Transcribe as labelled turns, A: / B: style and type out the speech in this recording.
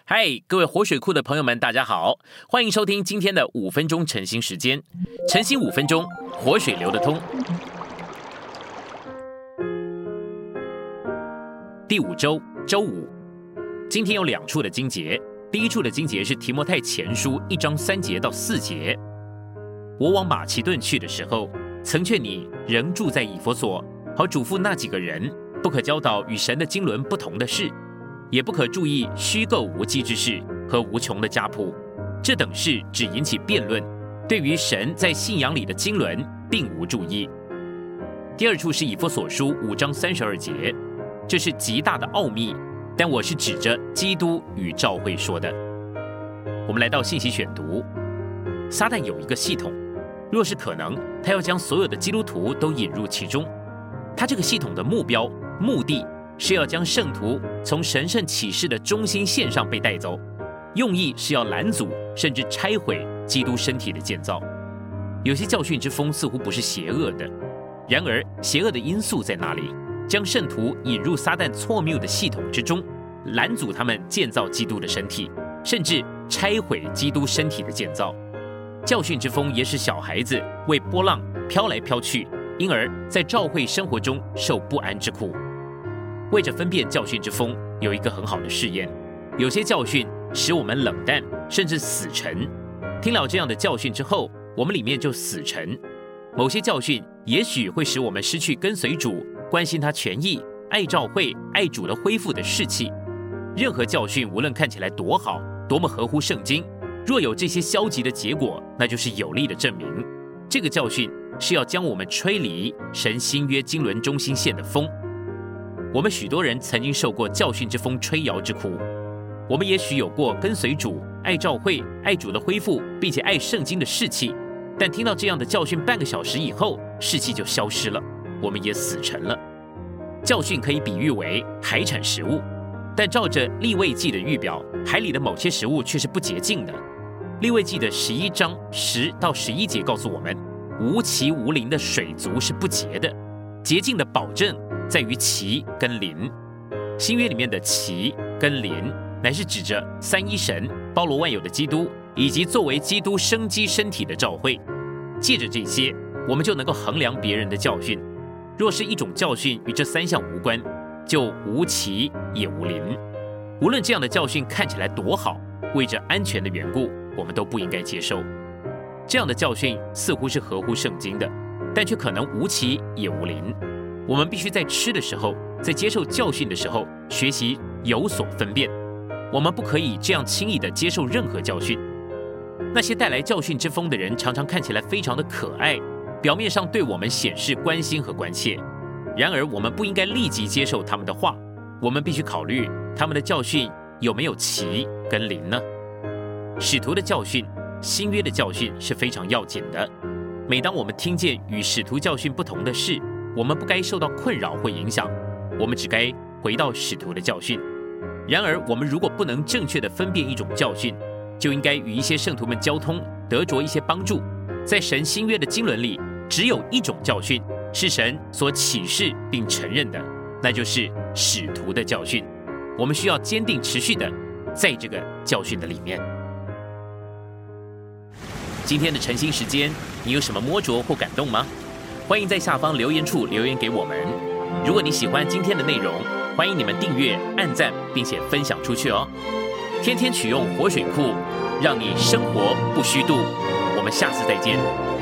A: 嗨，各位活水库的朋友们，大家好，欢迎收听今天的5分钟晨兴时间。晨兴5分钟，活水流得通。第5周周5，今天有2处的经节。第一处的经节是提摩太前书1章3节到4节。我往马其顿去的时候，曾劝你仍住在以弗所，好嘱咐那几个人，不可教导与神的经纶不同的事，也不可注意虚构无稽之事和无穷的家谱，这等事只引起辩论，对于神在信仰里的经纶并无注意。第二处是以弗所书5章32节，这是极大的奥秘，但我是指着基督与教会说的。我们来到信息选读，撒旦有一个系统，若是可能，他要将所有的基督徒都引入其中。他这个系统的目的是要将圣徒从神圣启示的中心线上被带走，用意是要拦阻甚至拆毁基督身体的建造。有些教训之风似乎不是邪恶的，然而邪恶的因素在哪里？将圣徒引入撒旦错谬的系统之中，拦阻他们建造基督的身体，甚至拆毁基督身体的建造。教训之风也使小孩子为波浪飘来飘去，因而在教会生活中受不安之苦。为着分辨教训之风，有一个很好的试验。有些教训使我们冷淡，甚至死沉。听了这样的教训之后，我们里面就死沉。某些教训也许会使我们失去跟随主、关心他权益、爱教会、爱主的恢复的士气。任何教训无论看起来多好，多么合乎圣经，若有这些消极的结果，那就是有力的证明，这个教训是要将我们吹离神新约经纶中心线的风。我们许多人曾经受过教训之风吹摇之苦，我们也许有过跟随主、爱教会、爱主的恢复，并且爱圣经的士气，但听到这样的教训半个小时以后，士气就消失了，我们也死沉了。教训可以比喻为海产食物，但照着利未记的预表，海里的某些食物却是不洁净的。利未记的11章10到11节告诉我们，无其无鳞的水族是不洁的，洁净的保证在于其跟灵。新约里面的其跟灵，乃是指着三一神包罗万有的基督，以及作为基督生机身体的教会。借着这些，我们就能够衡量别人的教训。若是一种教训与这3项无关，就无其也无灵。无论这样的教训看起来多好，为着安全的缘故，我们都不应该接受。这样的教训似乎是合乎圣经的，但却可能无其也无灵。我们必须在吃的时候，在接受教训的时候，学习有所分辨。我们不可以这样轻易地接受任何教训。那些带来教训之风的人，常常看起来非常的可爱，表面上对我们显示关心和关切。然而，我们不应该立即接受他们的话，我们必须考虑他们的教训有没有其跟灵呢？使徒的教训、新约的教训是非常要紧的。每当我们听见与使徒教训不同的事，我们不该受到困扰或影响，我们只该回到使徒的教训。然而，我们如果不能正确地分辨一种教训，就应该与一些圣徒们交通，得着一些帮助。在神新约的经纶里，只有一种教训是神所启示并承认的，那就是使徒的教训。我们需要坚定持续的在这个教训的里面。今天的晨兴时间，你有什么摸着或感动吗？欢迎在下方留言处留言给我们。如果你喜欢今天的内容，欢迎你们订阅、按赞，并且分享出去哦。天天取用活水库，让你生活不虚度。我们下次再见。